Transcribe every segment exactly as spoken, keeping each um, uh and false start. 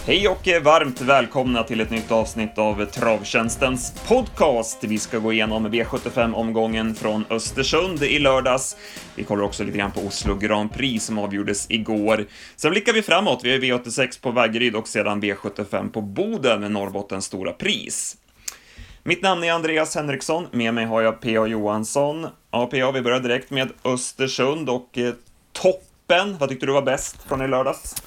Hej och varmt välkomna till ett nytt avsnitt av Travtjänstens podcast. Vi ska gå igenom V sjuttiofem-omgången från Östersund i lördags. Vi kollar också lite grann på Oslo Grand Prix som avgjordes igår. Sen blickar vi framåt. Vi har V åttiosex på Vaggeryd och sedan V sjuttiofem på Boden med Norrbottens stora pris. Mitt namn är Andreas Henriksson. Med mig har jag P A Johansson. Ja, P A, vi börjar direkt med Östersund och eh, toppen. Vad tyckte du var bäst från i lördags?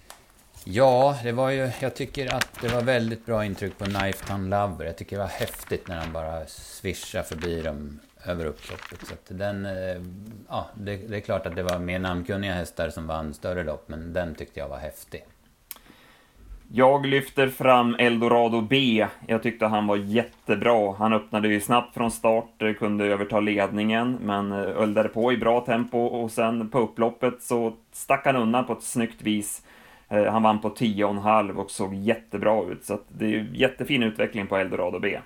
Ja, det var ju, jag tycker att det var väldigt bra intryck på Knifetown Lover. Jag tycker det var häftigt när han bara svischade förbi dem över upploppet. Så att den, ja, det, det är klart att det var mer namnkunniga hästar som vann större lopp, men den tyckte jag var häftig. Jag lyfter fram Eldorado B. Jag tyckte han var jättebra. Han öppnade ju snabbt från start, kunde överta ledningen, men öldade på i bra tempo och sen på upploppet så stack han undan på ett snyggt vis. Han vann på tio och en halv och såg jättebra ut. Så att det är ju jättefin utveckling på Eldorado B.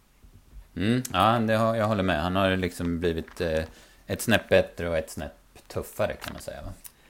Mm, ja, det har, jag håller med. Han har liksom blivit eh, ett snäpp bättre och ett snäpp tuffare, kan man säga, va?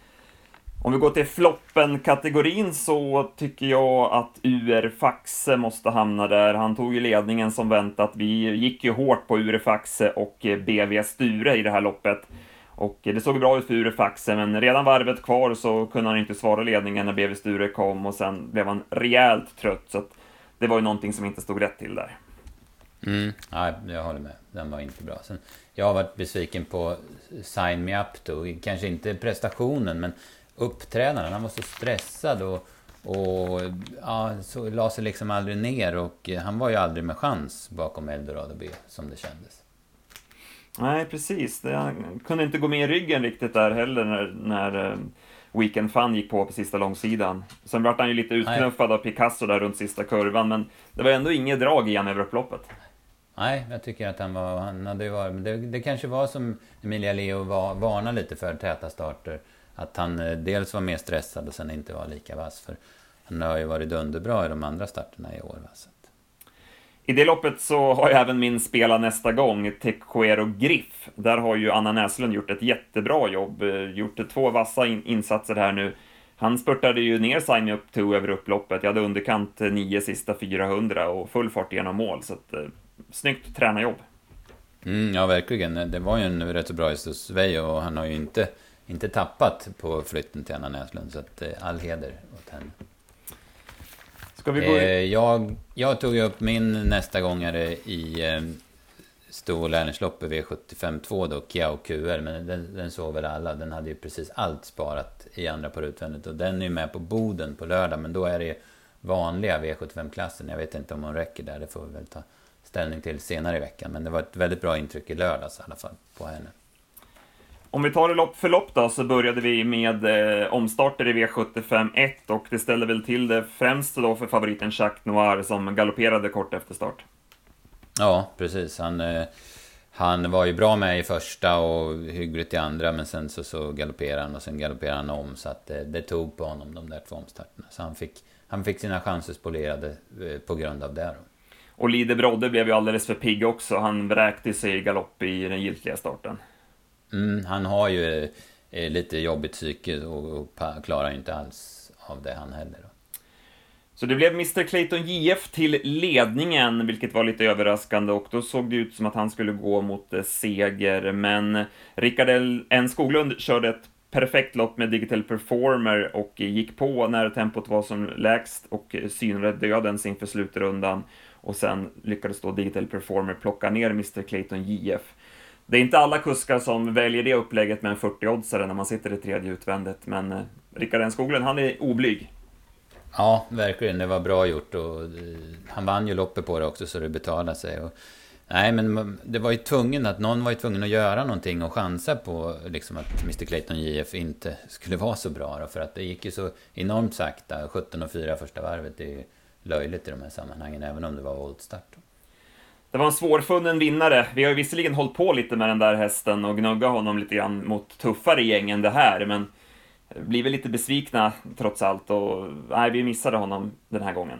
Om vi går till floppen-kategorin så tycker jag att U R Faxe måste hamna där. Han tog ju ledningen som väntat. Vi gick ju hårt på U R Faxe och B V Sture i det här loppet. Och det såg bra ut för U R Faxe, men redan varvet kvar så kunde han inte svara ledningen när B V Sture kom och sen blev han rejält trött, så att det var ju någonting som inte stod rätt till där. Mm, ja, jag håller med. Den var inte bra. Sen, jag har varit besviken på Sign Me Up då. Kanske inte prestationen, men uppträdanden. Han var så stressad och, och ja, så la sig liksom aldrig ner, och han var ju aldrig med chans bakom Eldorado B, som det kändes. Nej, precis. Det, han kunde inte gå med i ryggen riktigt där heller när, när Weekend Fun gick på på sista långsidan. Sen var han ju lite utknuffad av Picasso där runt sista kurvan, men det var ändå inget drag igen över upploppet. Nej, jag tycker att han var... Han hade varit, det, det kanske var som Emilia Leo var, varnade lite för täta starter. Att han dels var mer stressad och sen inte var lika vass. För han har ju varit dunderbra i de andra starterna i år, va? Så. I det loppet så har jag även min spela nästa gång, Tequero Griff. Där har ju Anna Näslund gjort ett jättebra jobb, gjort två vassa in- insatser här nu. Han spurtade ju ner Sign Me Up två över upploppet. Jag hade underkant nio sista fyrahundra och full fart genom mål, så att, eh, snyggt tränarjobb. Mm, ja, verkligen. Det var ju en rätt så bra Isosvej, och han har ju inte, inte tappat på flytten till Anna Näslund, så att, eh, all heder åt henne. Ska vi gå i... jag, jag tog ju upp min nästa gångare i eh, stor lärlingsloppet V sjuttiofem två då, Kiao Q R, men den, den såg väl alla. Den hade ju precis allt sparat i andra par utvändigt, och den är ju med på Boden på lördag, men då är det vanliga V sjuttiofem-klassen. Jag vet inte om hon räcker där, det får vi väl ta ställning till senare i veckan, men det var ett väldigt bra intryck i lördags i alla fall på henne. Om vi tar det lopp för lopp då, så började vi med eh, omstarter i V sjuttiofem ett, och det ställde väl till det främst då för favoriten Jacques Noir som galopperade kort efter start. Ja, precis. Han, eh, han var ju bra med i första och hyggligt i andra, men sen så, så galopperade han och sen galopperade han om, så att eh, det tog på honom de där två omstarterna. Så han fick, han fick sina chanser spolierade eh, på grund av det då. Och Lide Brodde blev ju alldeles för pigg också. Han vräkte sig i galopp i den giltiga starten. Mm, han har ju eh, lite jobbigt psyke och, och klarar inte alls av det han heller då. Så det blev mister Clayton J F till ledningen, vilket var lite överraskande, och då såg det ut som att han skulle gå mot eh, seger. Men Rickard N. Skoglund körde ett perfekt lopp med Digital Performer och gick på när tempot var som lägst och synade dödens inför slutrundan. Och sen lyckades då Digital Performer plocka ner mister Clayton J F. Det är inte alla kuskar som väljer det upplägget med en fyrtio-oddsare när man sitter i tredje utvändet, men eh, Rickard N. Skoglund, han är oblyg. Ja, verkligen. Det var bra gjort, och eh, han vann ju loppet på det också, så det betalade sig. Och, nej, men det var ju tvungen att någon var ju tvungen att göra någonting och chansa på liksom, att mister Clayton J F inte skulle vara så bra då, för att det gick ju så enormt sakta. sjutton och fyra första varvet, det är ju löjligt i de här sammanhangen, även om det var voltstart då. Det var en svårfunnen vinnare. Vi har ju visserligen hållit på lite med den där hästen och gnugga honom lite grann mot tuffare gäng än det här, men blir väl lite besvikna trots allt, och nej, vi missade honom den här gången.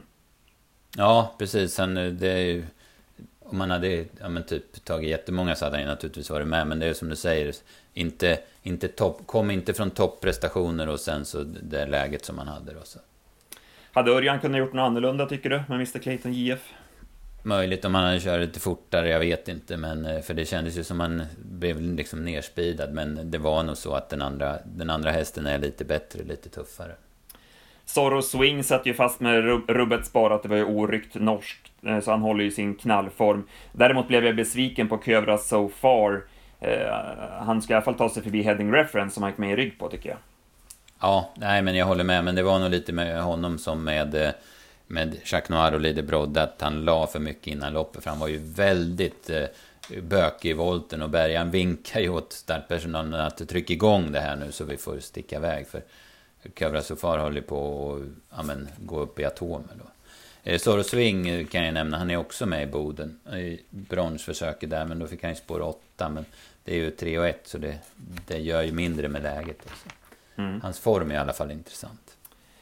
Ja, precis. Sen det är ju, om man hade ja, men typ tagit jättemånga så hade han naturligtvis varit med, men det är som du säger, inte, inte topp, kom inte från topprestationer och sen så det läget som man hade då så. Hade Örjan kunnat gjort något annorlunda, tycker du, med mister Clayton J F? Möjligt om han hade kört lite fortare, jag vet inte. Men, för det kändes ju som man blev liksom nerspidad. Men det var nog så att den andra, den andra hästen är lite bättre, lite tuffare. Zorro Swing satt ju fast med rubbet sparat, det var ju oryckt norskt, så han håller ju sin knallform. Däremot blev jag besviken på Kövra So Far. Eh, han ska i alla fall ta sig förbi Heading Reference som han gick med i rygg på, tycker jag. Ja, nej men jag håller med, men det var nog lite med honom som med, med Jacques Noir och Lide Brodde, att han la för mycket innan loppet, för han var ju väldigt eh, bökig i volten, och Bergan vinkar ju åt startpersonalen att trycka igång det här nu så vi får sticka iväg, för Kövra So Far håller på att ja, men, gå upp i atomer då. Eh, Zorro Swing kan jag nämna, han är också med i Boden i bronsförsöket där, men då fick han ju spår åtta, men det är ju tre och ett, så det, det gör ju mindre med läget också. Mm. Hans form är i alla fall intressant.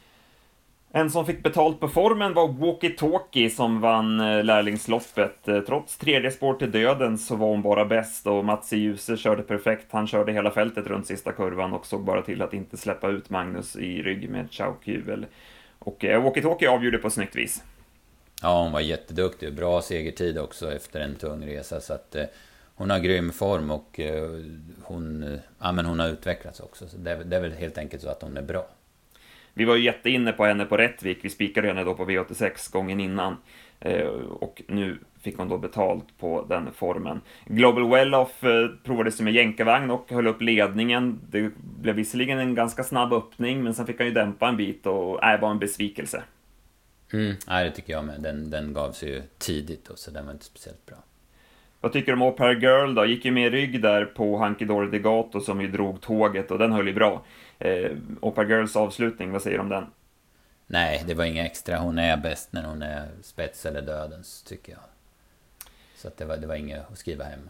En som fick betalt på formen var Walkie Talkie som vann lärlingsloppet. Trots tredje spår till döden så var hon bara bäst, och Mats Djuse körde perfekt. Han körde hela fältet runt sista kurvan och såg bara till att inte släppa ut Magnus i rygg med Chauk-juvel. Och Walkie Talkie avgjorde på snyggt vis. Ja, hon var jätteduktig. Bra segertid också efter en tung resa, så att eh, hon har grym form, och eh, hon, ja, men hon har utvecklats också. Så det, det är väl helt enkelt så att hon är bra. Vi var ju jätteinne på henne på Rättvik. Vi spikade henne då på V åttiosex gången innan. Eh, och nu fick hon då betalt på den formen. Global Well-Off eh, provades med jänkarvagn och höll upp ledningen. Det blev visserligen en ganska snabb öppning, men sen fick han ju dämpa en bit, och äh, var en besvikelse. Mm, nej, det tycker jag med. Den, den gav sig ju tidigt, och så den var inte speciellt bra. Vad tycker du om Au Pair Girl då? Gick ju med rygg där på Hunky Dory Degato som ju drog tåget, och den höll ju bra. Eh, Au Pair Girls avslutning, vad säger du om den? Nej, det var inga extra. Hon är bäst när hon är spets eller dödens, tycker jag. Så att det, var, det var inget att skriva hem.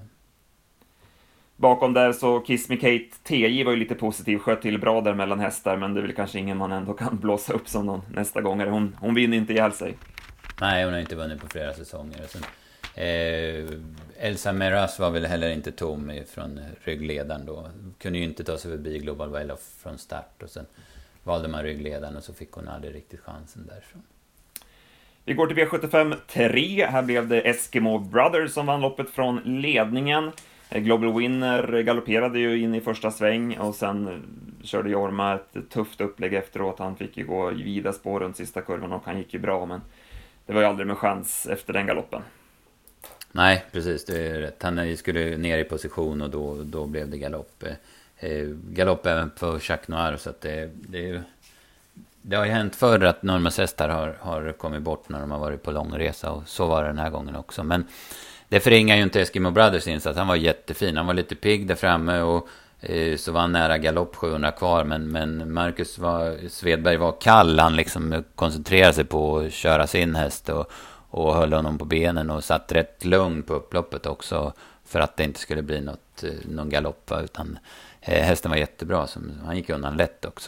Bakom där så Kiss Me Kate T J var ju lite positiv, sköt till bra där mellan hästar, men det är väl kanske ingen man ändå kan blåsa upp som någon nästa gång. Hon, hon vinner inte ihjäl sig. Nej, hon har inte vunnit på flera säsonger. Sen, eh, Elsa Meras var väl heller inte tom från ryggledaren då. Kunde ju inte ta sig förbi Global Well-Off från start, och sen valde man ryggledaren, och så fick hon aldrig riktigt chansen därifrån. Vi går till V sjuttiofem tre. Här blev det Eskimo Brothers som vann loppet från ledningen. Global Winner galopperade ju in i första sväng, och sen körde Jorma ett tufft upplägg efteråt. Han fick ju gå vida spår runt sista kurvan, och han gick ju bra, men det var ju aldrig med chans efter den galoppen. Nej, precis, det är rätt. Han skulle ner i position, och då, då blev det galopp. Eh, galopp även på Jacques Noir, så att det, det, är, det har ju hänt förr att Normas hästar har, har kommit bort när de har varit på långresa, och så var det den här gången också. Men det förringar ju inte Eskimo Brothers insats. Han var jättefin, han var lite pigg där framme, och eh, så var han nära galopp sjuhundra kvar, men, men Marcus var, Svedberg var kall. Han liksom koncentrerade sig på att köra sin häst, och och höll honom på benen, och satt rätt lugn på upploppet också, för att det inte skulle bli något, någon galopp, utan eh, hästen var jättebra, så han gick undan lätt också.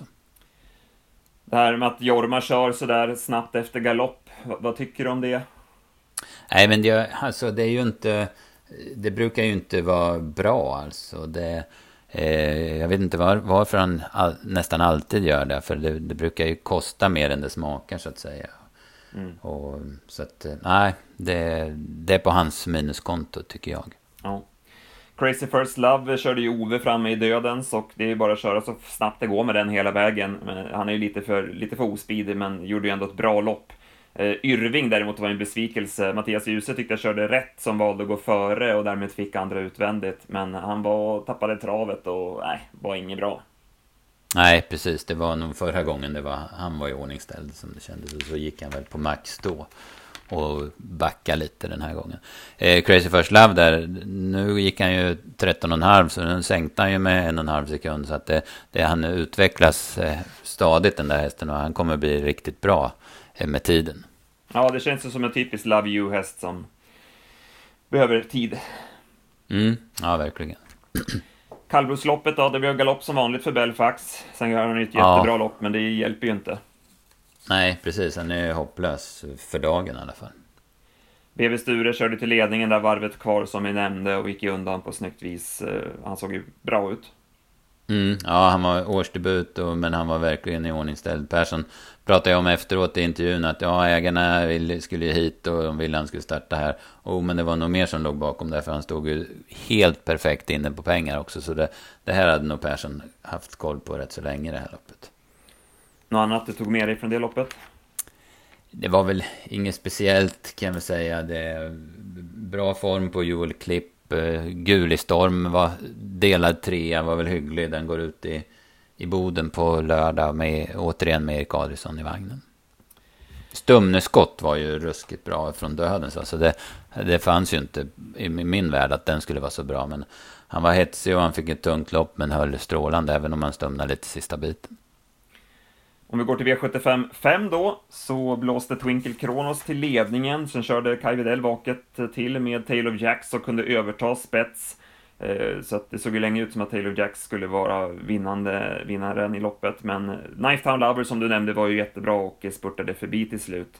Det här med att Jorma kör så där snabbt efter galopp, vad, vad tycker du om det? Nej, men det, alltså, det är ju inte, det brukar ju inte vara bra, alltså det, eh, jag vet inte var, varför han all, nästan alltid gör det, för det, det brukar ju kosta mer än det smakar, så att säga. Mm. Och, så att, nej, det, det är på hans minuskonto, tycker jag. Ja. Crazy First Love körde ju Ove framme i dödens, och det är ju bara att köra så snabbt det går med den hela vägen. Han är ju lite för, lite för ospidig, men gjorde ju ändå ett bra lopp. Uh, Yrving däremot var en besvikelse. Mattias Djuse tyckte jag körde rätt, som valde att gå före och därmed fick andra utvändigt, men han var, tappade travet och nej, var inget bra. Nej, precis. Det var nog förra gången det var, han var i ordningställd som det kändes, och så gick han väl på max då och backa lite den här gången. Eh, Crazy First Love där, nu gick han ju tretton komma fem, så nu sänkte han ju med en och en halv sekund, så att det, det han utvecklas eh, stadigt, den där hästen, och han kommer bli riktigt bra eh, med tiden. Ja, det känns som en typisk Love You-häst som behöver tid. Mm, ja, verkligen. Kallblodsloppet då, det blev galopp som vanligt för Belfax. Sen gör han ett jättebra ja. lopp, men det hjälper ju inte. Nej, precis. Han är hopplös för dagen i alla fall. B V Sture körde till ledningen där varvet kvar som vi nämnde, och gick undan på snyggt vis. Han såg ju bra ut. Mm, ja, han var årsdebut, och, men han var verkligen i ordningställd. Persson pratade jag om efteråt i intervjun att ja, ägarna ville, skulle hit och de ville han skulle starta här. Oh, men det var nog mer som låg bakom det, för han stod ju helt perfekt inne på pengar också. Så det, det här hade nog Persson haft koll på rätt så länge, det här loppet. Något annat du tog med dig från det loppet? Det var väl inget speciellt, kan vi säga. Det är bra form på Joel Klipp. Gulistorm var delad trea, var väl hygglig. Den går ut i, i Boden på lördag med, återigen med Erik Adrielsson i vagnen. Stumneskott var ju ruskigt bra från döden, så alltså det, det fanns ju inte i min värld att den skulle vara så bra, men han var hetsig och han fick ett tungt lopp, men höll strålande även om han stumnade lite sista biten. Om vi går till V sjuttiofem fem då, så blåste Twinkle Kronos till ledningen. Sen körde Kai Widell vaket till med Taylor Jacks och kunde överta spets. Så att det såg ju länge ut som att Taylor Jacks skulle vara vinnande, vinnaren i loppet. Men Knife Town Lover, som du nämnde, var ju jättebra och spurtade förbi till slut.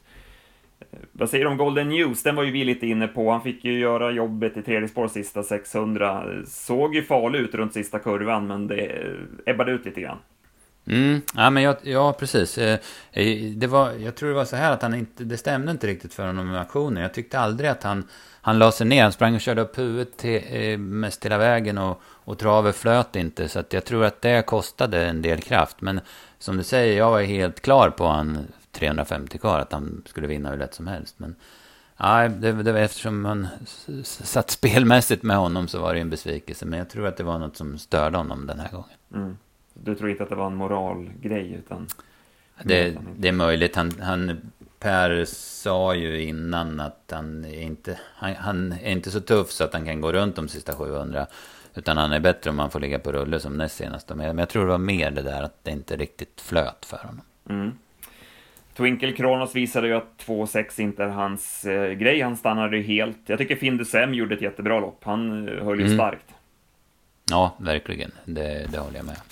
Vad säger du om Golden News? Den var ju vi lite inne på. Han fick ju göra jobbet i tredje spår sista sexhundra. Såg ju farlig ut runt sista kurvan, men det ebbade ut lite grann. Mm, ja, men jag, ja, precis. Eh, det var, jag tror det var så här att han inte, det stämde inte riktigt för honom med aktionen. Jag tyckte aldrig att han, han la sig ner. Han sprang och körde upp huvudet till, eh, mest hela vägen, och, och traver flöt inte. Så att jag tror att det kostade en del kraft. Men som du säger, jag var helt klar på han trehundrafemtio kvar att han skulle vinna hur lätt som helst. Men ja, det, det var eftersom man satt spelmässigt med honom, så var det en besvikelse. Men jag tror att det var något som störde honom den här gången. Mm. Du tror inte att det var en moralgrej, utan... Det, det är möjligt. Han, han, Per sa ju innan att han är, inte, han, han är inte så tuff så att han kan gå runt de sista sjuhundra. Utan han är bättre om han får ligga på rulle som näst senast. Men jag tror det var mer det där att det inte riktigt flöt för honom. Mm. Twinkle Kronos visade ju att två sex inte är hans eh, grej. Han stannade ju helt. Jag tycker Finn Sem gjorde ett jättebra lopp. Han eh, höll ju mm. starkt. Ja, verkligen. Det, det håller jag med.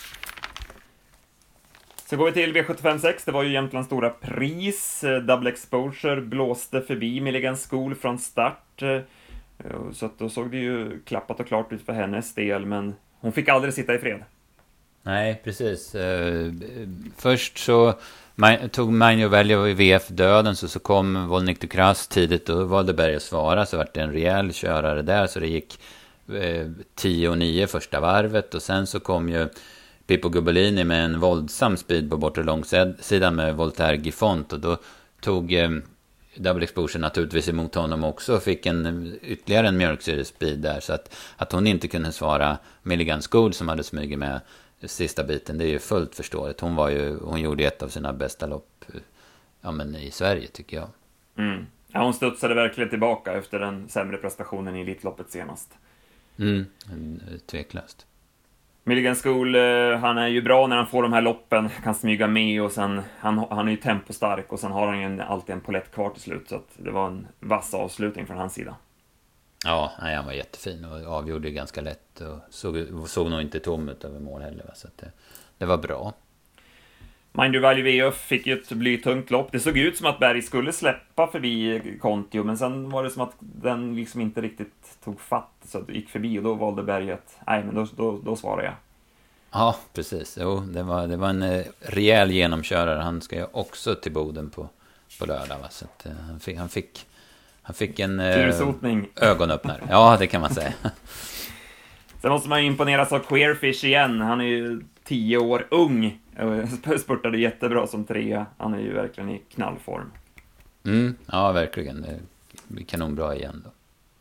Så går vi till V sjuttiofem sex. Det var ju Jämtlands stora pris. Double Exposure blåste förbi Milligan School från start. Så att då såg det ju klappat och klart ut för hennes del. Men hon fick aldrig sitta i fred. Nej, precis. Först så tog Magnus Value i V F-döden. Så, så kom Volnik de Kras tidigt och valde Berg att svara. Så var det en rejäl körare där. Så det gick tio och nio första varvet. Och sen så kom ju Pippo Gubbolini med en våldsam speed på bortre långsidan med Voltaire Giffont, och då tog eh, Double Exposure naturligtvis emot honom också och fick en, ytterligare en mjölksyrespeed där, så att, att hon inte kunde svara Milligan School som hade smugit med sista biten, det är ju fullt förståeligt. Hon, var ju, hon gjorde ett av sina bästa lopp ja, men i Sverige tycker jag. Mm. Ja, hon studsade verkligen tillbaka efter den sämre prestationen i Elitloppet senast. Mm, tveklöst. Milligan School, han är ju bra när han får de här loppen, kan smyga med, och sen han, han är ju tempostark, och sen har han ju en, alltid en polett kvar till slut, så att det var en vass avslutning från hans sida. Ja, nej, han var jättefin och avgjorde ganska lätt och såg, såg nog inte tom ut över mål heller, så att det, det var bra. Mind You Value V F fick ju ett blytungt lopp. Det såg ut som att Berg skulle släppa förbi Kontio, men sen var det som att den liksom inte riktigt tog fatt, så att det gick förbi, och då valde Berg att, nej men då, då, då svarar jag. Ja, precis. Jo, det var, det var en eh, rejäl genomkörare. Han ska ju också till Boden på, på lördag, va? Så att, eh, han, fick, han, fick, han fick en eh, ögonöppnare. Ja, det kan man säga. Sen måste man ju imponeras av Queerfish igen. Han är ju tio år ung. Spurtade jättebra som trea. Han är ju verkligen i knallform. Mm, ja, verkligen. Det blir kanonbra igen då.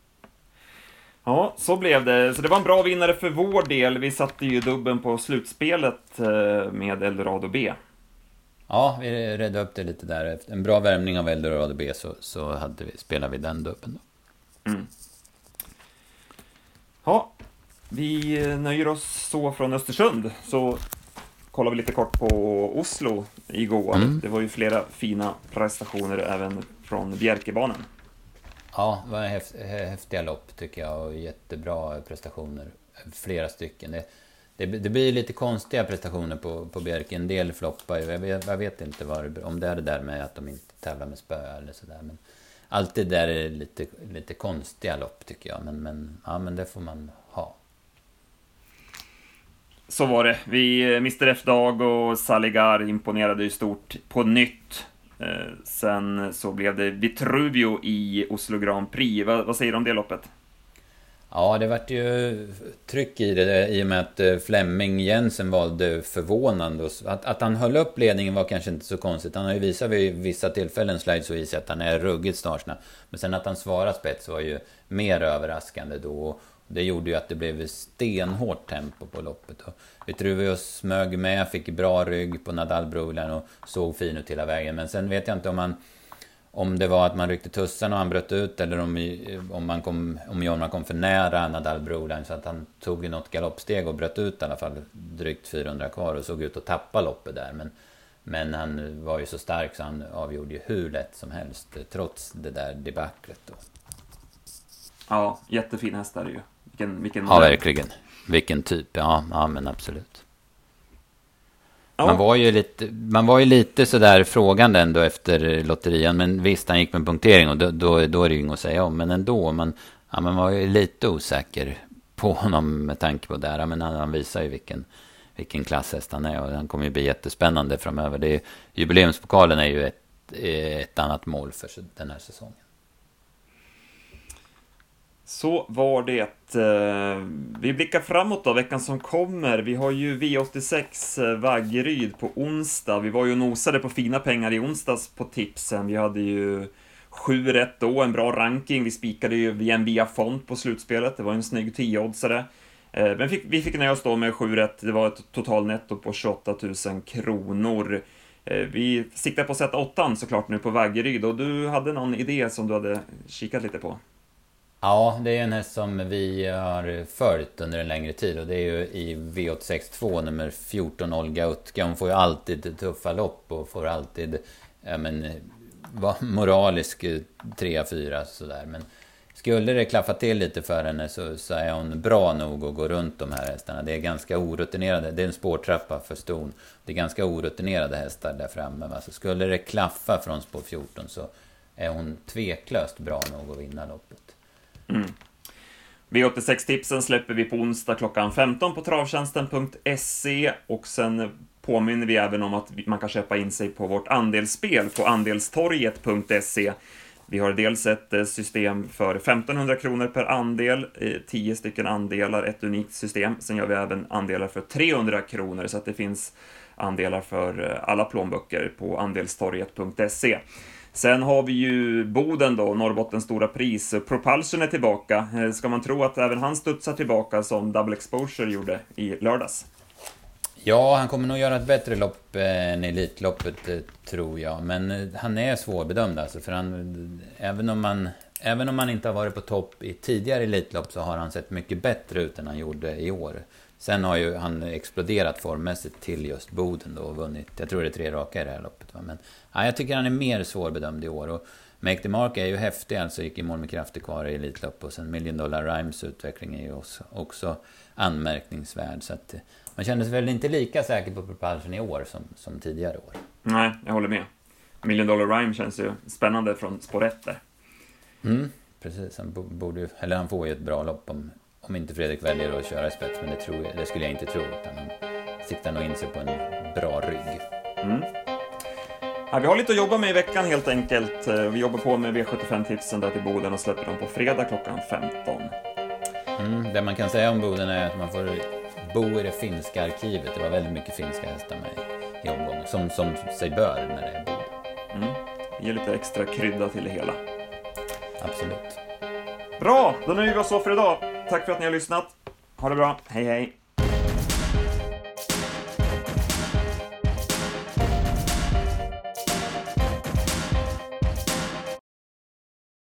Ja, så blev det. Så det var en bra vinnare för vår del. Vi satte ju dubben på slutspelet med Eldorado B. Ja, vi redde upp det lite där. Efter en bra värmning av Eldorado B så, så hade vi, spelade vi den dubben då. Mm. Ja, vi nöjer oss så från Östersund. Så kollar vi lite kort på Oslo igår. Mm. Det var ju flera fina prestationer även från Bjerkebanen. Ja, det var en häftiga lopp tycker jag, och jättebra prestationer. Flera stycken. Det, det, det blir lite konstiga prestationer på, på Bjerke. En del floppar ju. Jag vet, jag vet inte vad, om det är det där med att de inte tävlar med spö eller sådär. Men allt det där är lite, lite konstiga lopp tycker jag. Men, men, ja, men det får man ha. så var det. Vi, mister F-Dag och Saligar imponerade ju stort på nytt. Eh, sen så blev det Vitruvio i Oslo Grand Prix. Va, vad säger du om det loppet? Ja, det vart ju tryck i det i och med att Flemming Jensen valde förvånande. Att, att han höll upp ledningen var kanske inte så konstigt. Han har ju visat vid vissa tillfällen slides och is att han är ruggigt startsnabb. Men sen att han svarar spets var ju mer överraskande då. Det gjorde ju att det blev stenhårt tempo på loppet. Vitruvio smög med, fick bra rygg på Nadal-Broline och såg fin ut hela vägen. Men sen vet jag inte om man... Om det var att man ryckte tussen och han bröt ut, eller om, om, man kom, om Jorma kom för nära Nadal Broline så att han tog något galoppsteg och bröt ut i alla fall drygt fyrahundra kvar och såg ut att tappa loppet där. Men, men han var ju så stark så han avgjorde ju hur lätt som helst trots det där debaclet då. Ja, jättefin häst är det ju. Vilken, vilken ja, verkligen. Vilken typ, ja, ja men absolut. Ja. Man var ju lite, man var ju lite sådär frågande ändå efter lotterian. Men visst, han gick med punktering och då, då, då är det ju inget att säga om. Men ändå, man, ja, man var ju lite osäker på honom med tanke på det här. Men han, han visar ju vilken, vilken klasshäst han är. Och han kommer ju bli jättespännande framöver. Det är, jubileumspokalen är ju ett, ett annat mål för den här säsongen. Så var det. Vi blickar framåt då, veckan som kommer. Vi har ju V åttiosex Vaggeryd på onsdag. Vi var ju nosade på fina pengar i onsdags på tipsen. Vi hade ju sju rätt då, en bra ranking. Vi spikade ju via via font på slutspelet. Det var en snygg tio-oddsare. Men fick, vi fick nöja oss då med sju rätt. Det var ett totalnetto på tjugoåtta tusen kronor. Vi siktar på att sätta åttan såklart nu på Vaggeryd. Och du hade någon idé som du hade kikat lite på? Ja, det är en häst som vi har följt under en längre tid och det är ju i V åttiosex två nummer fjorton Olga Utka. Hon får ju alltid tuffa lopp och får alltid ja, men, vara moralisk tre fyra sådär. Men skulle det klaffa till lite för henne så, så är hon bra nog att gå runt de här hästarna. Det är ganska orutinerade, det är en spårtrappa för ston. Det är ganska orutinerade hästar där framme. Va? Så skulle det klaffa från spår fjorton så är hon tveklöst bra nog att vinna loppet. Mm. V åttiosex-tipsen släpper vi på onsdag klockan femton på travtjänsten punkt se och sen påminner vi även om att man kan köpa in sig på vårt andelsspel på andelstorget punkt se. Vi har dels ett system för femtonhundra kronor per andel, tio stycken andelar, ett unikt system. Sen gör vi även andelar för trehundra kronor så att det finns andelar för alla plånböcker på andelstorget punkt se. Sen har vi ju Boden då, Norrbottens stora pris. Propulsion är tillbaka. Ska man tro att även han studsar tillbaka som Double Exposure gjorde i lördags? Ja, han kommer nog göra ett bättre lopp än Elitloppet, tror jag. Men han är svårbedömd alltså, för han, även om man, även om man inte har varit på topp i tidigare Elitlopp så har han sett mycket bättre ut än han gjorde i år. Sen har ju han exploderat formmässigt till just Boden då och vunnit, jag tror det är tre raka i det här loppet. Va? Men ja, jag tycker han är mer svårbedömd i år. Och Make the Mark är ju häftig, alltså gick i mål med krafter kvar i Elitlopp. Och sen Million Dollar Rhymes utveckling är ju också, också anmärkningsvärd. Så att man kändes väl inte lika säker på Propulsion i år som, som tidigare år. Nej, jag håller med. Million Dollar Rhyme känns ju spännande från spår ett där. Mm, precis. Han, borde, eller han får ju ett bra lopp om... Om inte Fredrik väljer att köra i spets, men det, tror jag, det skulle jag inte tro. Utan han siktar nog in sig på en bra rygg. Mm. Ja, vi har lite att jobba med i veckan helt enkelt. Vi jobbar på med V sjuttiofem-tipsen där till Boden och släpper dem på fredag klockan femton. Mm, det man kan säga om Boden är att man får bo i det finska arkivet. Det var väldigt mycket finska hästar med i omgången. Som, som sig bör när det är Boden. Mm. Det ger lite extra krydda till det hela. Absolut. Bra, då nöjer vi oss så för idag. Tack för att ni har lyssnat. Ha det bra. Hej hej.